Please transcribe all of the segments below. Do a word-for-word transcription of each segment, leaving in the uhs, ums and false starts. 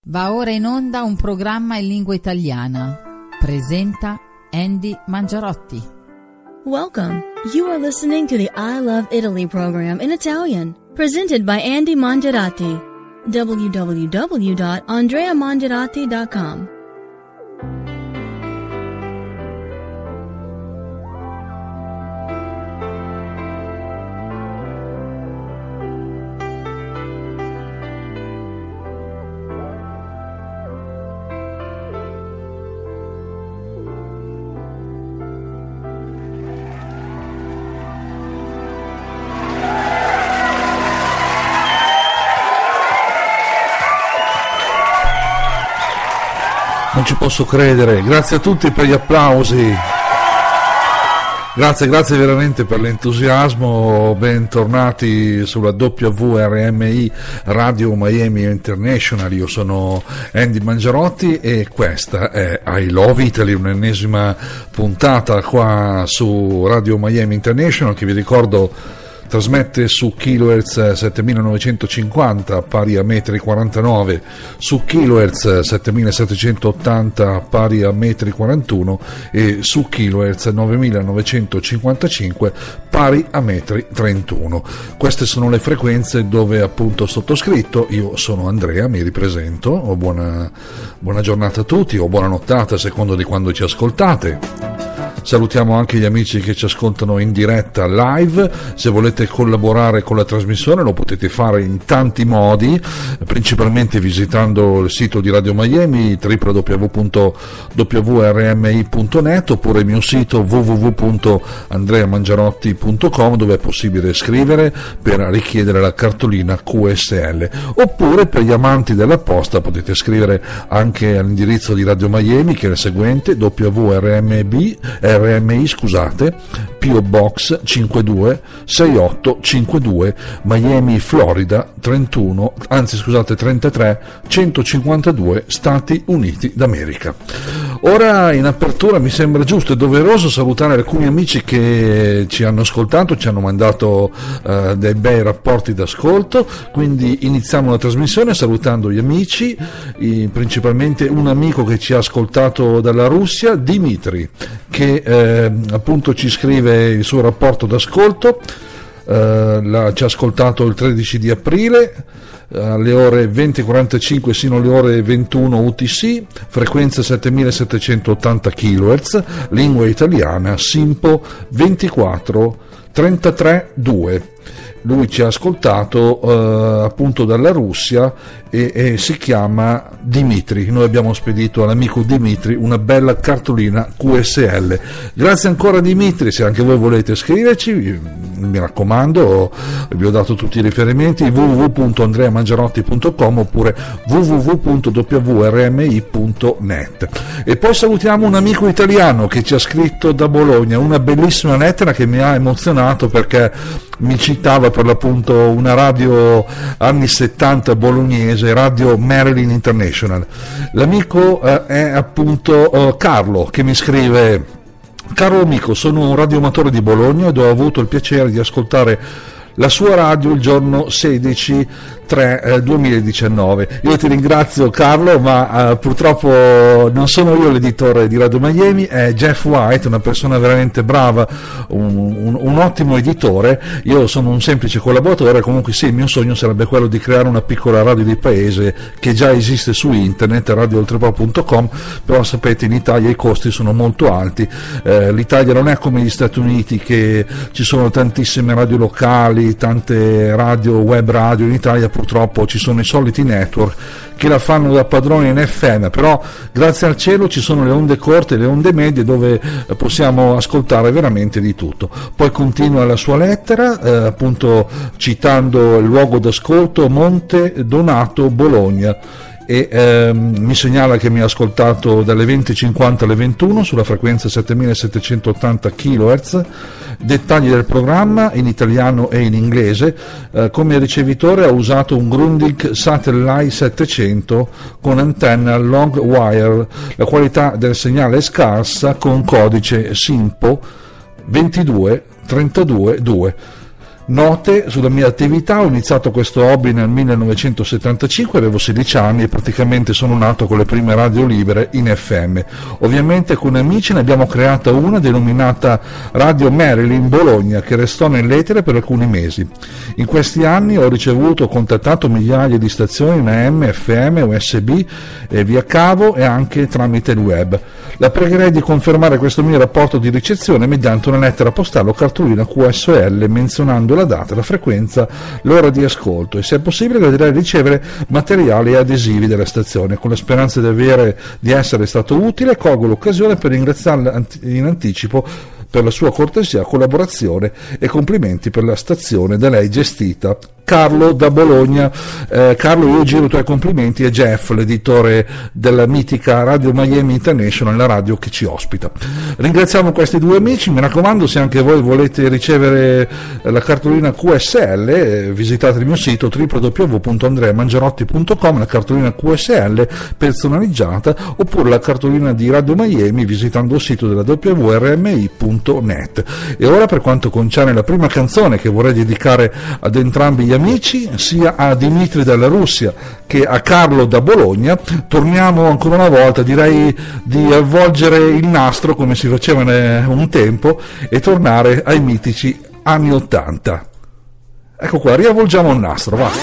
Va ora in onda un programma in lingua italiana. Presenta Andy Mangiarotti. Welcome. You are listening to the I Love Italy program in Italian, presented by Andy Mangiarotti. w w w dot andrea mangiarotti dot com. Non ci posso credere, grazie a tutti per gli applausi, grazie, grazie veramente per l'entusiasmo, bentornati sulla W R M I Radio Miami International. Io sono Andy Mangiarotti e questa è I Love Italy, un'ennesima puntata qua su Radio Miami International che vi ricordo trasmette su kilohertz settemilanovecentocinquanta pari a metri quarantanove, su kilohertz settemilasettecentottanta pari a metri quarantuno e su kilohertz novemilanovecentocinquantacinque pari a metri trentuno. Queste sono le frequenze dove appunto sottoscritto. Io sono Andrea, mi ripresento, o buona, buona giornata a tutti o buona nottata a secondo di quando ci ascoltate. Salutiamo anche gli amici che ci ascoltano in diretta live. Se volete collaborare con la trasmissione lo potete fare in tanti modi, principalmente visitando il sito di Radio Miami w w w punto w r m i punto net oppure il mio sito w w w punto andrea mangiarotti punto com, dove è possibile scrivere per richiedere la cartolina Q S L, oppure per gli amanti della posta potete scrivere anche all'indirizzo di Radio Miami, che è il seguente: W R M B R M I scusate, P O Box cinquantadue sessantotto cinquantadue, Miami, Florida trentuno, anzi scusate trentatré centocinquantadue, Stati Uniti d'America. Ora in apertura mi sembra giusto e doveroso salutare alcuni amici che ci hanno ascoltato, ci hanno mandato uh, dei bei rapporti d'ascolto, quindi iniziamo la trasmissione salutando gli amici, i, principalmente un amico che ci ha ascoltato dalla Russia, Dimitri, che eh, appunto ci scrive il suo rapporto d'ascolto. Uh, la, ci ha ascoltato il tredici di aprile alle ore venti e quarantacinque sino alle ore ventuno U T C, frequenza settemilasettecentottanta kilohertz, lingua italiana, Simpo ventiquattro trentatré due. Lui ci ha ascoltato uh, appunto dalla Russia e, e si chiama Dimitri. Noi abbiamo spedito all'amico Dimitri una bella cartolina Q S L. Grazie ancora Dimitri. Se anche voi volete scriverci, mi raccomando, vi ho dato tutti i riferimenti: w w w punto andrea mangiarotti punto com oppure w w w punto w r m i punto net. E poi salutiamo un amico italiano che ci ha scritto da Bologna una bellissima lettera che mi ha emozionato, perché mi citava per l'appunto una radio anni settanta bolognese, Radio Marilyn International. L'amico eh, è appunto eh, Carlo, che mi scrive: caro amico, sono un radioamatore di Bologna ed ho avuto il piacere di ascoltare la sua radio il giorno sedici tre duemiladiciannove. Io ti ringrazio Carlo, ma uh, purtroppo non sono io l'editore di Radio Miami, è Jeff White, una persona veramente brava, un, un, un ottimo editore. Io sono un semplice collaboratore. Comunque sì, il mio sogno sarebbe quello di creare una piccola radio di paese che già esiste su internet, radio oltrepò punto com, però sapete in Italia i costi sono molto alti. eh, l'Italia non è come gli Stati Uniti, che ci sono tantissime radio locali, tante radio, web radio. In Italia purtroppo ci sono i soliti network che la fanno da padroni in F M, però grazie al cielo ci sono le onde corte e le onde medie dove possiamo ascoltare veramente di tutto. Poi continua la sua lettera eh, appunto citando il luogo d'ascolto Monte Donato, Bologna, e ehm, mi segnala che mi ha ascoltato dalle venti e cinquanta alle ventuno sulla frequenza settemilasettecentottanta kilohertz. Dettagli del programma in italiano e in inglese. Eh, come ricevitore ha usato un Grundig Satellite settecento con antenna long wire. La qualità del segnale è scarsa, con codice Simpo ventidue trentadue due. Note sulla mia attività: ho iniziato questo hobby nel millenovecentosettantacinque, avevo sedici anni e praticamente sono nato con le prime radio libere in F M. Ovviamente con amici ne abbiamo creata una denominata Radio Marilyn Bologna, che restò nell'etere per alcuni mesi. In questi anni ho ricevuto, ho contattato migliaia di stazioni in A M, F M, U S B, eh, via cavo e anche tramite il web. La pregherei di confermare questo mio rapporto di ricezione mediante una lettera postale o cartolina Q S L menzionando la data, la frequenza, l'ora di ascolto, e se è possibile gradirei ricevere materiali e adesivi della stazione. Con la speranza di avere di essere stato utile, colgo l'occasione per ringraziarla in anticipo per la sua cortesia, collaborazione e complimenti per la stazione da lei gestita. Carlo da Bologna. eh, Carlo, io giro i tuoi complimenti a Jeff, l'editore della mitica Radio Miami International, la radio che ci ospita. Ringraziamo questi due amici. Mi raccomando, se anche voi volete ricevere la cartolina Q S L, eh, visitate il mio sito w w w punto andrea mangiarotti punto com, la cartolina Q S L personalizzata, oppure la cartolina di Radio Miami visitando il sito della W R M I punto net. E ora, per quanto concerne la prima canzone che vorrei dedicare ad entrambi gli amici, sia a Dimitri dalla Russia che a Carlo da Bologna, torniamo ancora una volta, direi di avvolgere il nastro come si faceva un tempo e tornare ai mitici anni ottanta. Ecco qua, riavvolgiamo il nastro, va.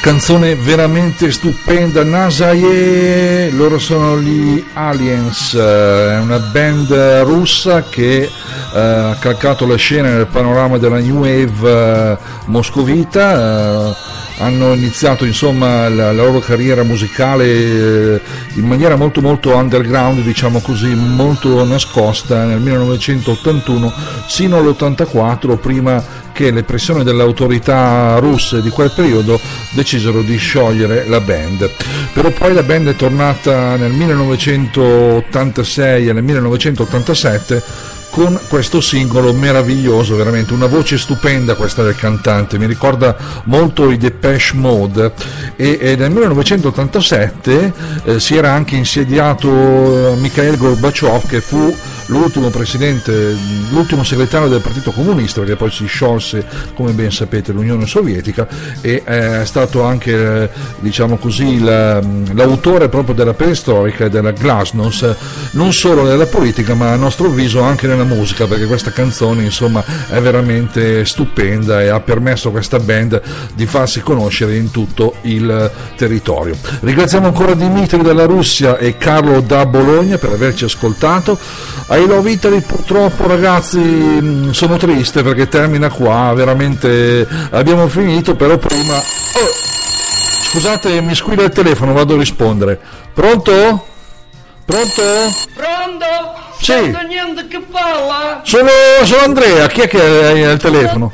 Canzone veramente stupenda, Nasaye, loro sono gli Aliens, è una band russa che eh, ha calcato la scena nel panorama della New Wave eh, moscovita. Eh, hanno iniziato insomma la, la loro carriera musicale eh, in maniera molto molto underground, diciamo così, molto nascosta nel millenovecentottantuno sino all'ottantaquattro, prima che le pressioni delle autorità russe di quel periodo decisero di sciogliere la band. Però poi la band è tornata nel millenovecentottantasei e nel millenovecentottantasette con questo singolo meraviglioso, veramente una voce stupenda questa del cantante, mi ricorda molto i Depeche Mode, e, e nel millenovecentottantasette eh, si era anche insediato Mikhail Gorbaciov, che fu l'ultimo presidente, l'ultimo segretario del Partito Comunista, perché poi si sciolse, come ben sapete, l'Unione Sovietica, e eh, è stato anche eh, diciamo così la, l'autore proprio della perestroica e della glasnost, non solo nella politica ma a nostro avviso anche nella musica, perché questa canzone insomma è veramente stupenda e ha permesso a questa band di farsi conoscere in tutto il territorio. Ringraziamo ancora Dimitri dalla Russia e Carlo da Bologna per averci ascoltato. I Love Italy, purtroppo ragazzi sono triste perché termina qua, veramente abbiamo finito, però prima oh, scusate, mi squilla il telefono, vado a rispondere. Pronto? Pronto? Pronto? Sì. Niente che parla? Sono, sono Andrea, chi è che hai al telefono?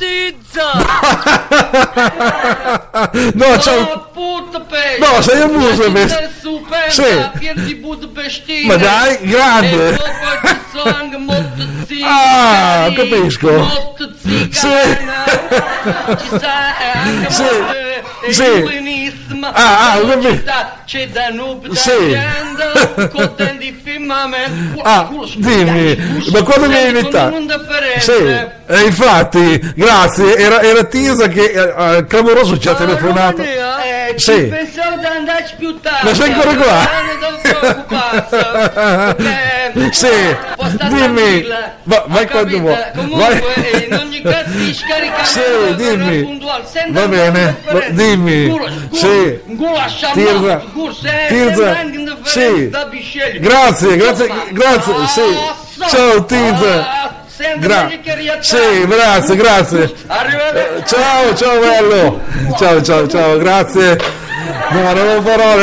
No, ciao. No, sei un Budapest. Sì. Ma dai, grande. Ah, capisco. Sì. Sì. Sì. Ah, ah, c'è da nube sì. con di firmamento. Ah, dimmi, ma quando mi hai invitato? Sì, eh, infatti, grazie, era, era Tisa che eh, clamoroso ci ha telefonato. Eh, sì. Pensavo di andarci più tardi. Ma sei ancora qua? Non sì, dimmi, va, vai quando vuoi. Comunque, vai. In ogni caso ti scarica. Sì, dimmi. Va bene, va, dimmi. Sì, Tirza, Tirza, sì. Grazie, grazie, grazie, sì. Ciao Tirza. Gra- sì, grazie, grazie. Eh, ciao, ciao bello. Ciao, ciao, ciao, grazie. No, non ho parole.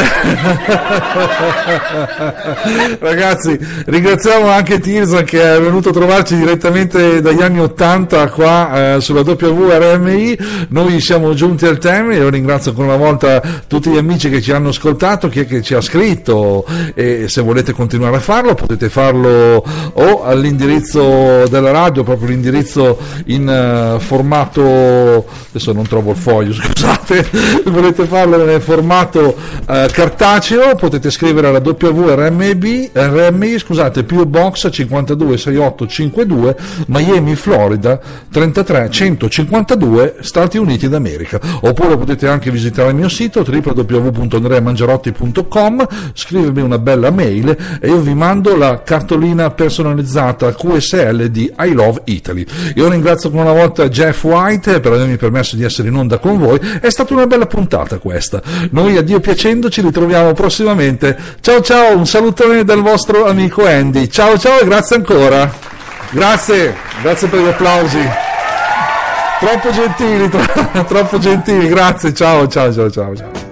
Ragazzi, ringraziamo anche Tirza che è venuto a trovarci direttamente dagli anni ottanta qua eh, sulla W R M I. Noi siamo giunti al termine. Io ringrazio ancora una volta tutti gli amici che ci hanno ascoltato, chi è che ci ha scritto, e se volete continuare a farlo potete farlo o all'indirizzo della radio, proprio l'indirizzo in uh, formato, adesso non trovo il foglio, scusate, volete farlo nel formato Uh, cartaceo, potete scrivere alla W R M I, scusate, P O Box cinquantadue sessantotto cinquantadue, Miami, Florida trentatré centocinquantadue, Stati Uniti d'America. Oppure potete anche visitare il mio sito w w w punto andrea mangiarotti punto com, scrivermi una bella mail e io vi mando la cartolina personalizzata Q S L di I Love Italy. Io ringrazio ancora una volta Jeff White per avermi permesso di essere in onda con voi. È stata una bella puntata questa. Noi a Dio piacendo ci ritroviamo prossimamente. Ciao ciao, un salutone dal vostro amico Andy. Ciao ciao e grazie ancora. Grazie, grazie per gli applausi. Troppo gentili, tro- troppo gentili, grazie, ciao ciao ciao ciao ciao.